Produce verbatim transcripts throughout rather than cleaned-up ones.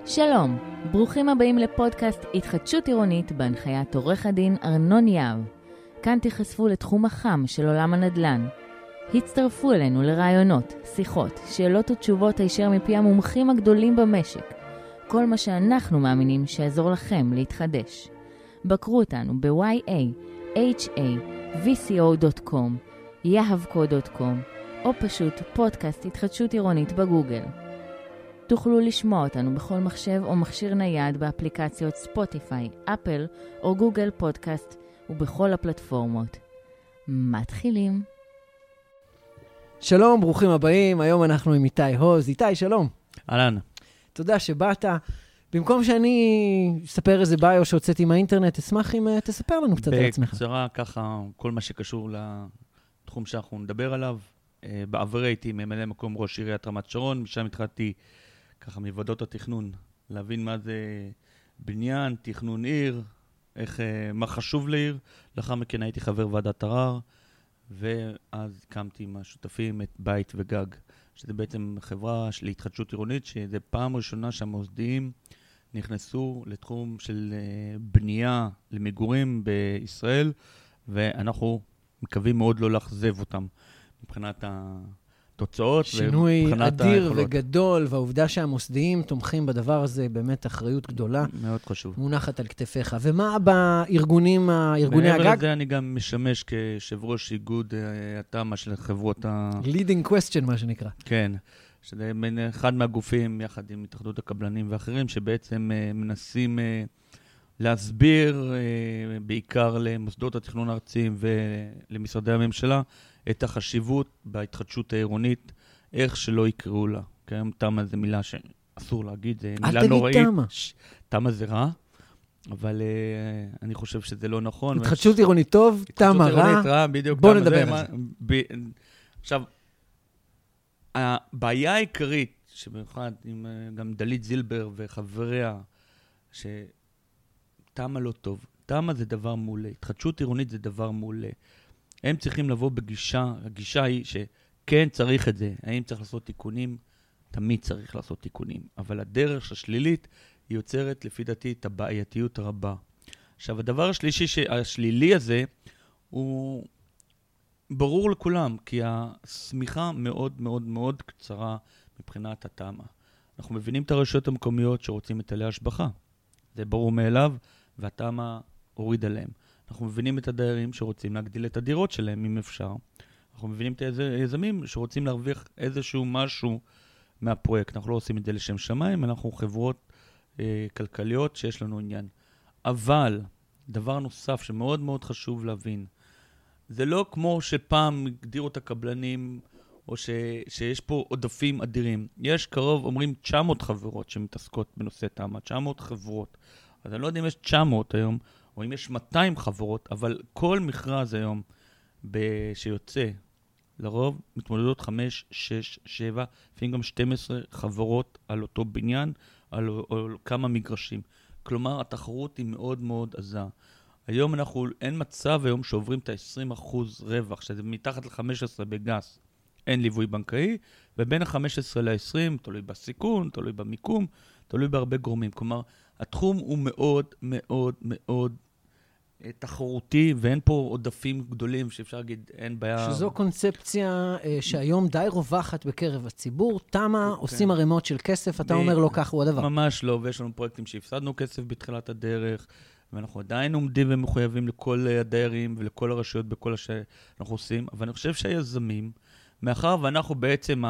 שלום, ברוכים הבאים לפודקאסט התחדשות עירונית בהנחיית עורך הדין ארנון יהב. כאן תיחשפו לתחום החם של עולם הנדל"ן. הצטרפו אלינו לרעיונות, שיחות, שאלות ותשובות הישר מפי המומחים הגדולים במשק. כל מה שאנחנו מאמינים שיעזור לכם להתחדש. בקרו אותנו ב-וואי איי אייץ' איי וי סי או דוט קום, יהבקו דוט קום, או פשוט פודקאסט התחדשות עירונית בגוגל. תוכלו לשמוע אותנו בכל מחשב או מכשיר נייד באפליקציות ספוטיפיי, אפל או גוגל פודקאסט ובכל הפלטפורמות. מתחילים. שלום, ברוכים הבאים. היום אנחנו עם איתי הוז. איתי, שלום. אהלן. תודה שבאת. במקום שאני אספר איזה ביו שהוצאתי מהאינטרנט, אשמח אם תספר לנו קצת על עצמך. בקצרה, ככה, כל מה שקשור לתחום שאנחנו נדבר עליו. בעברי הייתי ממלא מקום ראש עיריית רמת שרון, משם התחלתי ככה מוועדות התכנון, להבין מה זה בניין, תכנון עיר, איך, מה חשוב לעיר. לאחר מכן הייתי חבר ועדת ערר, ואז קמתי עם השותפים את בית וגג, שזה בעצם חברה של התחדשות עירונית, שזה פעם ראשונה שהמוסדיים נכנסו לתחום של בנייה למגורים בישראל, ואנחנו מקווים מאוד לא לאכזב אותם מבחינת התוצאות. שינוי אדיר היכולות. וגדול, והעובדה שהמוסדיים תומכים בדבר הזה באמת אחריות גדולה. מאוד חשוב. מונחת על כתפיך. ומה בארגונים, ארגוני הגג? מעבר לזה אני גם משמש כיושב ראש איגוד התאמה של חברות ה... leading question, מה שנקרא. כן. שזה אחד מהגופים, יחד עם התאחדות הקבלנים ואחרים, שבעצם מנסים להסביר בעיקר למוסדות התכנון הארציים ולמשרדי הממשלה, את החשיבות בהתחדשות העירונית, איך שלא יקראו לה. כן? תמה זה מילה שאסור להגיד, זה מילה נוראית. אל תגיד תמה. תמה זה רע, אבל uh, אני חושב שזה לא נכון. התחדשות עירונית טוב, תמה רע. רע, בדיוק. בוא נדבר על זה. ב... עכשיו, הבעיה העיקרית, שבמיוחד עם uh, גם דלית זילבר וחבריה, שתמה לא טוב. תמה זה דבר מעולה. התחדשות עירונית זה דבר מעולה. הם צריכים לבוא בגישה, הגישה היא שכן צריך את זה. האם צריך לעשות תיקונים? תמיד צריך לעשות תיקונים. אבל הדרך השלילית היא יוצרת לפי דעתי את הבעייתיות הרבה. עכשיו, הדבר השלישי, השלילי הזה, הוא ברור לכולם, כי הסמיכה מאוד מאוד מאוד קצרה מבחינת התאמה. אנחנו מבינים את הרשויות המקומיות שרוצים היטלי השבחה. זה ברור מאליו, והתאמה הוריד עליהם. אנחנו מבינים את הדיירים שרוצים להגדיל את הדירות שלהם, אם אפשר. אנחנו מבינים את היזמים שרוצים להרוויח איזשהו משהו מהפרויקט. אנחנו לא עושים את זה לשם שמיים, אנחנו חברות אה, כלכליות שיש לנו עניין. אבל, דבר נוסף שמאוד מאוד חשוב להבין, זה לא כמו שפעם הגדירו את הקבלנים, או ש, שיש פה עודפים אדירים. יש קרוב, אומרים, תשע מאות חברות שמתעסקות בנושא תאמה, תשע מאות חברות. אז אני לא יודע אם יש תשע מאות היום, או אם יש מאתיים חברות, אבל כל מכרז היום ב- שיוצא, לרוב מתמודדות חמש, שש, שבע, לפעמים גם שתים עשרה חברות על אותו בניין, על, על כמה מגרשים. כלומר, התחרות היא מאוד מאוד עזה. היום אנחנו, אין מצב היום שעוברים את ה-עשרים אחוז רווח, שזה מתחת ל-חמש עשרה בגס, אין ליווי בנקאי, ובין ה-חמש עשרה ל-עשרים, תלוי בסיכון, תלוי במיקום, תלוי בהרבה גורמים. כלומר, התחום הוא מאוד מאוד מאוד תחרותי, ואין פה עודפים גדולים שאפשר להגיד, אין בעיה. שזו קונספציה שהיום די רווחת בקרב הציבור. תמה עושים ערימות של כסף, אתה אומר לא כך הוא הדבר. ממש לא, ויש לנו פרויקטים שהפסדנו כסף בתחילת הדרך, ואנחנו עדיין עומדים ומחויבים לכל הדיירים ולכל הרשויות בכל שאנחנו עושים, אבל אני חושב שהיזמים, מאחר ואנחנו בעצם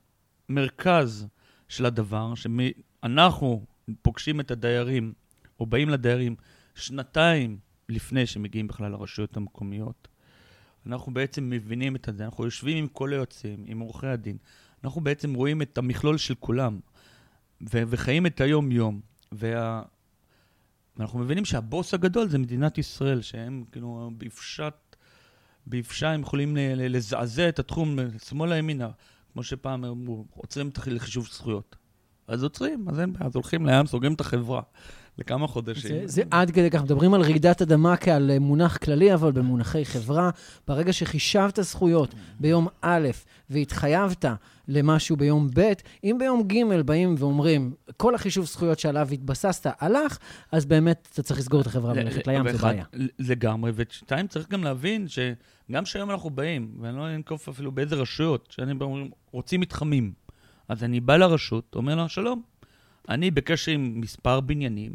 המרכז של הדבר, שאנחנו פוגשים את הדיירים, או באים לדיירים שנתיים לפני שמגיעים בכלל לרשויות המקומיות, אנחנו בעצם מבינים את זה, אנחנו יושבים עם כל היוצאים, עם עורכי הדין, אנחנו בעצם רואים את המכלול של כולם, ו- וחיים את היום-יום, וה... ואנחנו מבינים שהבוס הגדול זה מדינת ישראל, שהם כאילו באפשת, באפשה הם יכולים לזעזע את התחום שמאלה ימינה, כמו שפעם אמרו, עוצרים את לחישוב זכויות. אז עוצרים, אז אין בעיה, אז הולכים לים, סוגרים את החברה. לכמה חודשים. זה, זה עד כדי כך, מדברים על רעידת אדמה כעל מונח כללי, אבל במונחי חברה, ברגע שחישבת זכויות ביום א' והתחייבת למשהו ביום ב', אם ביום ג' באים ואומרים, כל החישוב זכויות שעליו התבססת הלך, אז באמת אתה צריך לסגור את החברה ולכת לים, זה בעיה. לגמרי, ושתיים, צריך גם להבין שגם שהיום אנחנו באים, ואני לא אנקוף אפילו באיזה רשויות, שאני אומרים, רוצים מתחמים. אז אני בא לרשות, אומר לה, שלום, אני בקשר עם מספר בניינים,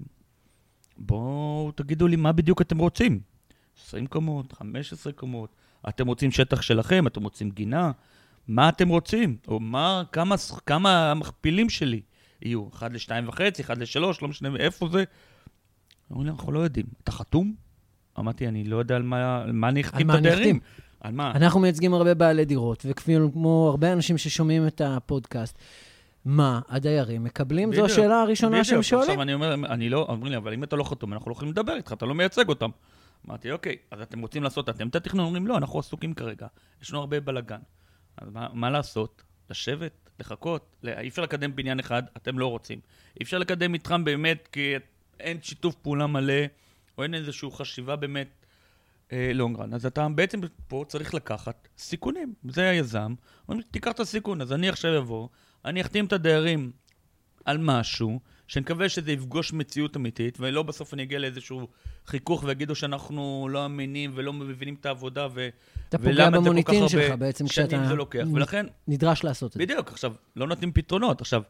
בואו תגידו לי מה בדיוק אתם רוצים. עשרים קומות, חמש עשרה קומות, אתם רוצים שטח שלכם, אתם רוצים גינה, מה אתם רוצים? או מה, כמה, כמה המכפילים שלי יהיו? אחד לשתיים וחצי, אחד לשלוש, לא משנה איפה זה. אמרו לי, אנחנו לא יודעים. אתה חתום? אמרתי, אני לא יודע על מה, על מה אני אחתים את הדיירים. על מה? אנחנו מייצגים הרבה בעלי דירות, וכמו הרבה אנשים ששומעים את הפודקאסט, מה הדיירים מקבלים? זו השאלה הראשונה שהם שואלים. עכשיו אני אומר, אני לא, אומרים לי, אבל אם אתה לא חתום, אנחנו לא יכולים לדבר איתך, אתה לא מייצג אותם. אמרתי, אוקיי, אז אתם רוצים לעשות, אתם את התכנון, אומרים, לא, אנחנו עסוקים כרגע. יש לנו הרבה בלגן. אז מה, מה לעשות? לשבת, לחכות, אי אפשר לקדם בניין אחד, אתם לא רוצים. אי אפשר לקדם מתחם באמת, כי אין שיתוף פעולה מלא, או אין איזושהי חשיבה באמת אה, לונגרן. אז אתה בעצם פה צריך לקחת סיכונים. זה היזם. אומרים, תיקח את הסיכון, אז אני עכשיו אבוא, אני אחתים את הדיירים על משהו, שנקווה שזה יפגוש מציאות אמיתית, ולא בסוף אני אגיע לאיזשהו חיכוך, ויגידו שאנחנו לא אמינים ולא מבינים את העבודה, ו... אתה פוגע במוניטין שלך בעצם, כשאתה זה לוקח. ולכן, נדרש לעשות את זה. בדיוק, עכשיו, לא נותנים פתרונות. עכשיו,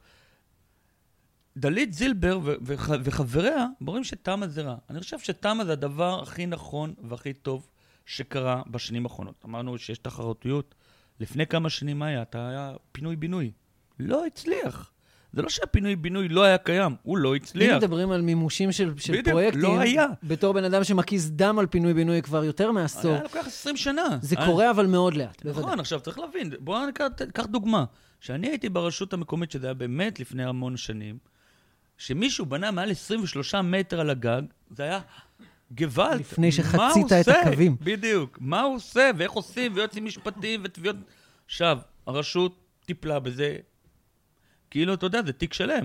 דלית זילבר ו- ו- וחבריה, אומרים שתמה זה רע. אני חושב שתמה זה הדבר הכי נכון והכי טוב שקרה בשנים האחרונות. אמרנו שיש תחרותיות. לפני כמה שנים מה היה? אתה היה פינוי-בינוי. לא הצליח. זה לא שהפינוי-בינוי לא היה קיים, הוא לא הצליח. אם מדברים על מימושים של, של בדיוק, פרויקטים, לא היה. בתור בן אדם שמקיס דם על פינוי-בינוי כבר יותר מעשור. היה לוקח עשרים שנה. זה היה... קורה אבל מאוד לאט, נכון, בוודאי. עכשיו צריך להבין, בואו ניקח דוגמה. שאני הייתי ברשות המקומית, שזה היה באמת לפני המון שנים, שמישהו בנה מעל עשרים ושלושה מטר על הגג, זה היה גוואלד. לפני שחצית את הקווים. בדיוק. מה הוא עושה, ואיך עושים, ויועצים משפטיים, ותביעות... עכשיו, הרשות טיפלה בזה, כאילו, אתה יודע, זה תיק שלם.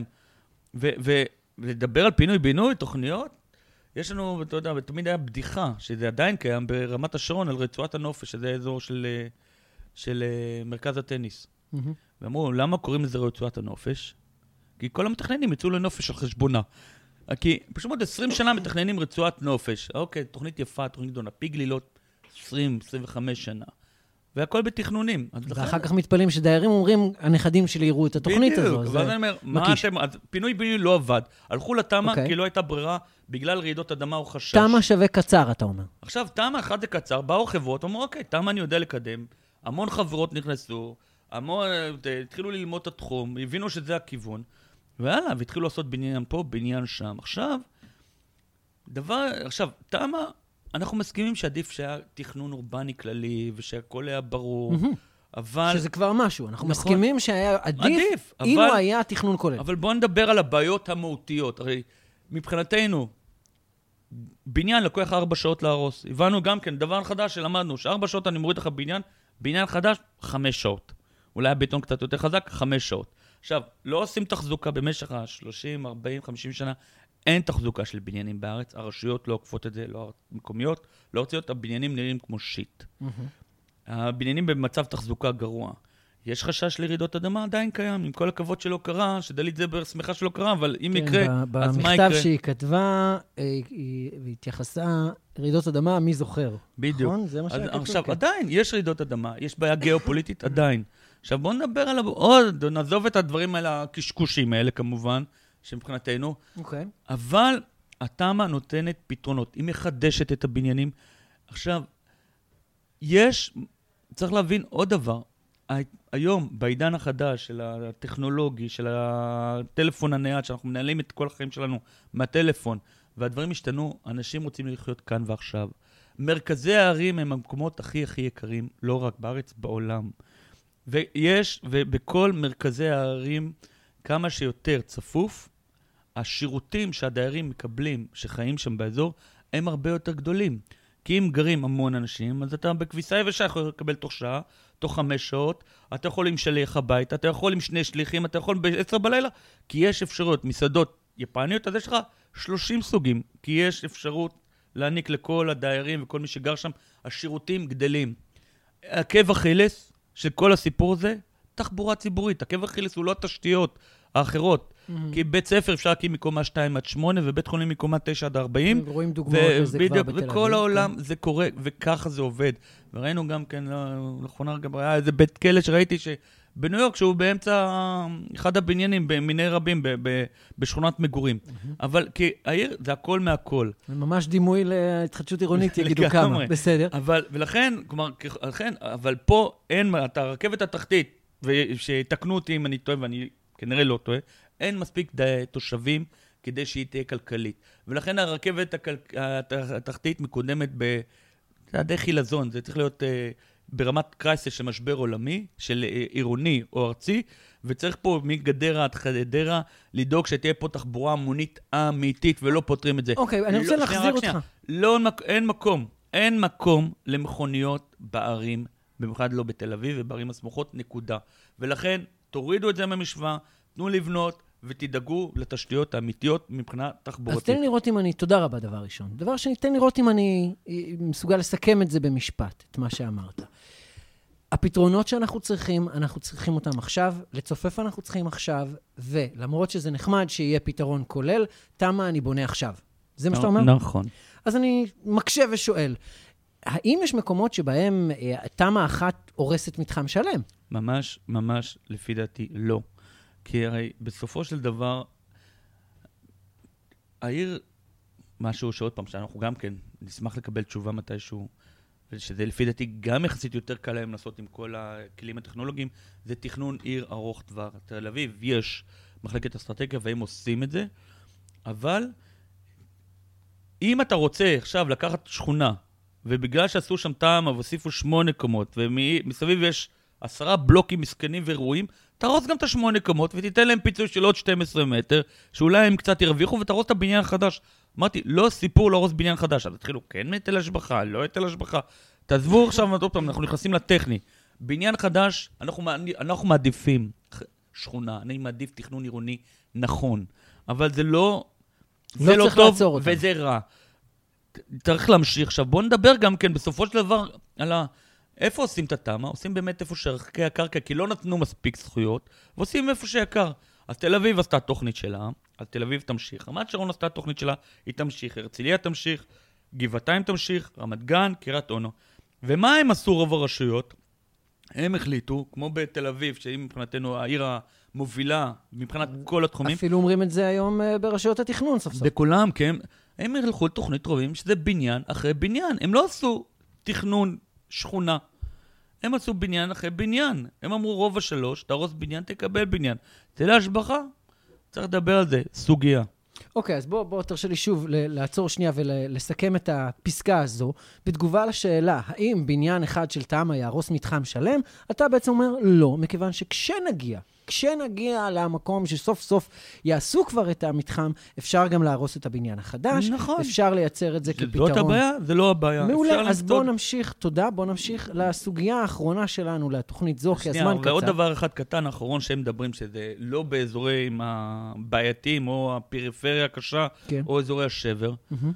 ולדבר על פינוי-בינוי, תוכניות, יש לנו, אתה יודע, תמיד היה בדיחה, שזה עדיין קיים ברמת השרון, על רצועת הנופש, שזה אזור של, של מרכז הטניס. ואמרו, למה קוראים לזה רצועת הנופש? כי כל המתכננים יצאו לנופש על חשבונה. כי פשוט עוד עשרים שנה מתכננים רצועת נופש. אוקיי, תוכנית יפה, תוכנית גדולה, פי גלילות, עשרים עשרים וחמש שנה. והכל בתכנונים. ואחר כך מתפלאים שדיירים אומרים, הנכדים שלי יראו את התוכנית הזו. בדיוק, ואז אני אומר, מה אתם... פינוי-בינוי לא עבד. הלכו לתמה כי לא הייתה ברירה, בגלל רעידות אדמה או חשש. תמה שווה קצר, אתה אומר. עכשיו, תמה אחד זה קצר, באו חברות, אמרו, אוקיי, תמה אני יודע לקדם, המון חברות נכנסו, המון, התחילו ללמוד את התחום, הבינו שזה הכיוון, ויאללה, והתחילו לעשות בניין פה, בניין שם. עכשיו, דבר, עכשיו, תמה, אנחנו מסכימים שעדיף שהיה תכנון אורבני כללי, ושהכל היה ברור, אבל... שזה כבר משהו, אנחנו מסכימים שהיה עדיף, אבל, אם הוא היה תכנון כולל. אבל בואו נדבר על הבעיות המהותיות. הרי מבחינתנו, בניין לקוח ארבע שעות להרוס. הבנו גם כן, דבר חדש שלמדנו, שארבע שעות אני מוריד לך בניין, בניין חדש, חמש שעות. אולי הבטון קצת יותר חזק, חמש שעות. עכשיו, לא עושים תחזוקה במשך ה-שלושים, ארבעים, חמישים שנה, אין תחזוקה של בניינים בארץ, הרשויות לא עוקפות את זה, לא המקומיות, לא רוציות, הבניינים נראים כמו שיט. הבניינים במצב תחזוקה גרוע. יש חשש לרעידות אדמה, עדיין קיים, עם כל הכבוד שלא קרה, שדלית זבר שמחה שלא קרה, אבל אם יקרה, אז מה יקרה? במכתב שהיא כתבה, היא התייחסה, רעידות אדמה, מי זוכר? בדיוק. עכשיו, עדיין, יש רעידות אדמה, יש בעיה גיאופוליטית, עדיין. עכשיו, בואו נדבר על עוד, נעזוב את הדברים האלה, הקשקושים האלה, כמובן, שמבחינתנו. אוקיי. אבל התמה נותנת פתרונות, היא מחדשת את הבניינים. עכשיו, יש, צריך להבין עוד דבר, היום, בעידן החדש של הטכנולוגי, של הטלפון הנייד, שאנחנו מנהלים את כל החיים שלנו מהטלפון, והדברים השתנו, אנשים רוצים לחיות כאן ועכשיו. מרכזי הערים הם המקומות הכי הכי יקרים, לא רק בארץ, בעולם. ויש, ובכל מרכזי הערים, כמה שיותר צפוף, השירותים שהדיירים מקבלים, שחיים שם באזור, הם הרבה יותר גדולים. כי אם גרים המון אנשים, אז אתה בכביסה יבשה יכול לקבל תוך שעה, תוך חמש שעות, אתה יכול עם שליח הבית, אתה יכול עם שני שליחים, אתה יכול בעשר בלילה, כי יש אפשרויות, מסעדות יפניות, אז יש לך שלושים סוגים, כי יש אפשרות להעניק לכל הדיירים וכל מי שגר שם, השירותים גדלים. עקב אכילס של כל הסיפור הזה, תחבורה ציבורית. עקב אכילס הוא לא התשתיות האחרות. Mm-hmm. כי בית ספר אפשר להקים מקומה שתיים עד שמונה, ובית חולים מקומה תשע עד ארבעים. רואים דוגמאות לזה כבר בתל אביב. וכל העולם זה קורה, וככה זה עובד. וראינו גם כן, לאחרונה גם היה איזה בית כלא שראיתי שבניו יורק, שהוא באמצע אחד הבניינים, במיני רבים, בשכונת מגורים. Mm-hmm. אבל כי העיר זה הכל מהכל. זה ממש דימוי להתחדשות עירונית, יגידו כמה. בסדר. אבל, ולכן, כלומר, לכן, אבל פה אין, את הרכבת התחתית, ושתקנו אותי אם אני טועה, ואני כנראה לא טועה, אין מספיק תושבים כדי שהיא תהיה כלכלית. ולכן הרכבת התחתית מקודמת בצעדי חילזון. זה צריך להיות ברמת קרייסס של משבר עולמי, של עירוני או ארצי, וצריך פה מגדרה עד חדרה לדאוג שתהיה פה תחבורה המונית אמיתית, ולא פותרים את זה. אוקיי, אני רוצה להחזיר אותך. לא, אין מקום. אין מקום למכוניות בערים, במיוחד לא בתל אביב, ובערים הסמוכות, נקודה. ולכן תורידו את זה מהמשוואה, תנו לבנות ותדאגו לתשתיות האמיתיות מבחינה תחבורתית. אז תן לי לראות אם אני, תודה רבה דבר ראשון. דבר שני, תן לי לראות אם אני מסוגל לסכם את זה במשפט, את מה שאמרת. הפתרונות שאנחנו צריכים, אנחנו צריכים אותם עכשיו, לצופף אנחנו צריכים עכשיו, ולמרות שזה נחמד שיהיה פתרון כולל, תמה אני בונה עכשיו. זה מה שאתה אומר? נכון. אז אני מקשה ושואל, האם יש מקומות שבהם תמה אחת הורסת מתחם שלם? ממש, ממש, לפי דעתי, לא. כי הרי בסופו של דבר, העיר, משהו שעוד פעם, שאנחנו גם כן נשמח לקבל תשובה מתישהו, ושזה לפי דעתי גם יחסית יותר קל להם לעשות עם כל הכלים הטכנולוגיים, זה תכנון עיר ארוך טווח. תל אביב יש מחלקת אסטרטגיה והם עושים את זה, אבל אם אתה רוצה עכשיו לקחת שכונה, ובגלל שעשו שם תמה והוסיפו שמונה קומות, ומסביב יש עשרה בלוקים מסכנים ורועים, תרוס גם את השמונה קומות ותיתן להם פיצוי של עוד שנים עשר מטר, שאולי הם קצת ירוויחו, ותרוס את הבניין החדש. אמרתי, לא סיפור להרוס בניין חדש. אז התחילו, כן היטל השבחה, לא היטל השבחה. תעזבו עכשיו, עוד פעם, אנחנו נכנסים לטכני. בניין חדש, אנחנו, אנחנו מעדיפים שכונה, אני מעדיף תכנון עירוני נכון, אבל זה לא, לא זה לא טוב אותם. וזה רע. צריך להמשיך. עכשיו, בואו נדבר גם כן בסופו של דבר על ה... איפה עושים את התמה? עושים באמת איפה שערכי הקרקע, כי לא נתנו מספיק זכויות, ועושים איפה שיקר. אז תל אביב עשתה תוכנית שלה, אז תל אביב תמשיך. רמת שרון עשתה תוכנית שלה, היא תמשיך. הרצליה תמשיך, גבעתיים תמשיך, רמת גן, קריית אונו. ומה הם עשו רוב הרשויות? הם החליטו, כמו בתל אביב, שהיא מבחינתנו העיר המובילה, מבחינת כל התחומים. אפילו אומרים את זה היום ברשויות התכנון, סוף סוף. בכולם, כי הם, הם הלכו לתוכנית רובים, שזה בניין אחרי בניין. הם לא עשו תכנון שכונה. הם עשו בניין אחרי בניין. הם אמרו רוב השלוש, תרוס בניין, תקבל בניין. זה להשבחה. צריך לדבר על זה, סוגיה. אוקיי, אז בוא, בוא תרשה לי שוב לעצור שנייה ולסכם את הפסקה הזו. בתגובה לשאלה, האם בניין אחד של תמה יהרוס מתחם שלם, אתה בעצם אומר לא, מכיוון שכשנגיע, כשנגיע למקום שסוף סוף יעשו כבר את המתחם, אפשר גם להרוס את הבניין החדש. נכון. אפשר לייצר את זה כפתרון. זאת הבעיה? זה לא הבעיה. מעולה, אז בוא נמשיך, תודה, בוא נמשיך לסוגיה האחרונה שלנו, לתוכנית זו, כי הזמן קצר. ועוד דבר אחד קטן האחרון שהם מדברים, שזה לא באזורים הבעייתיים, או הפריפריה הקשה, או אזורי השבר.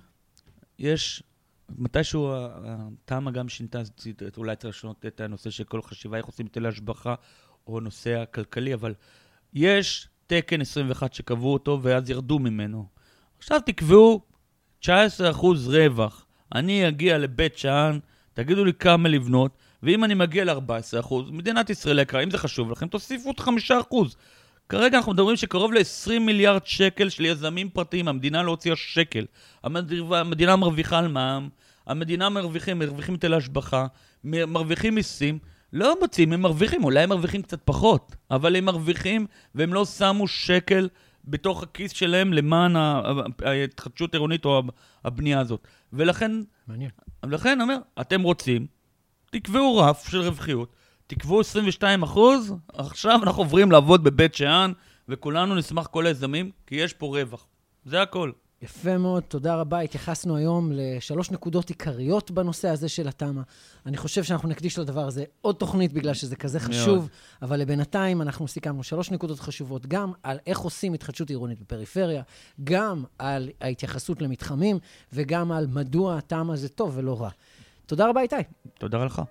יש, מתישהו התמה גם שינתה, אולי צריך לשנות את הנושא של כל חשיבה, איך עושים היטל השבחה, או נושא הכלכלי, אבל יש תקן עשרים ואחת שקבעו אותו, ואז ירדו ממנו. עכשיו תקבעו תשעה עשר אחוז רווח. אני אגיע לבית שאן, תגידו לי כמה לבנות, ואם אני מגיע ל-ארבעה עשר אחוז, מדינת ישראל יקרה, אם זה חשוב לכם, תוסיפו את חמישה אחוז. כרגע אנחנו מדברים שקרוב ל-עשרים מיליארד שקל של יזמים פרטיים, המדינה לא הוציאה שקל. המדינה מרוויחה על מע"מ, המדינה מרוויחים, מרוויחים את ההשבחה, מרוויחים מיסים, לא מוצאים, הם מרוויחים, אולי הם מרוויחים קצת פחות, אבל הם מרוויחים והם לא שמו שקל בתוך הכיס שלהם למען ההתחדשות עירונית או הבנייה הזאת. ולכן, מעניין. ולכן אומר, אתם רוצים, תקבעו רף של רווחיות, תקבעו עשרים ושתיים אחוז, עכשיו אנחנו עוברים לעבוד בבית שאן, וכולנו נשמח כל היזמים, כי יש פה רווח. זה הכל. יפה מאוד, תודה רבה. התייחסנו היום לשלוש נקודות עיקריות בנושא הזה של התאמה. אני חושב שאנחנו נקדיש לדבר הזה עוד תוכנית, בגלל שזה כזה חשוב, מאוד. אבל לבינתיים אנחנו סיכמנו שלוש נקודות חשובות, גם על איך עושים התחדשות עירונית בפריפריה, גם על ההתייחסות למתחמים, וגם על מדוע התאמה זה טוב ולא רע. תודה רבה, איתי. תודה לך.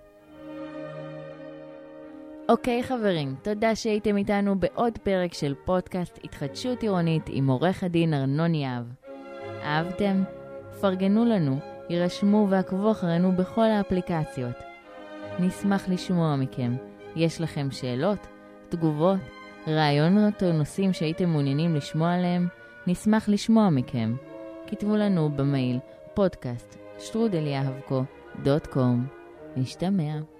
אוקיי, חברים, תודה שהייתם איתנו בעוד פרק של פודקאסט התחדשות עירונית עם עורך הדין ארנון יהב. אהבתם? פרגנו לנו, יירשמו ועקבו אחרינו בכל האפליקציות. נשמח לשמוע מכם. יש לכם שאלות, תגובות, רעיונות או נושאים שהייתם מעוניינים לשמוע עליהם? נשמח לשמוע מכם. כתבו לנו במייל פודקאסט שטרודל יהבקו דוט קום. נשתמע.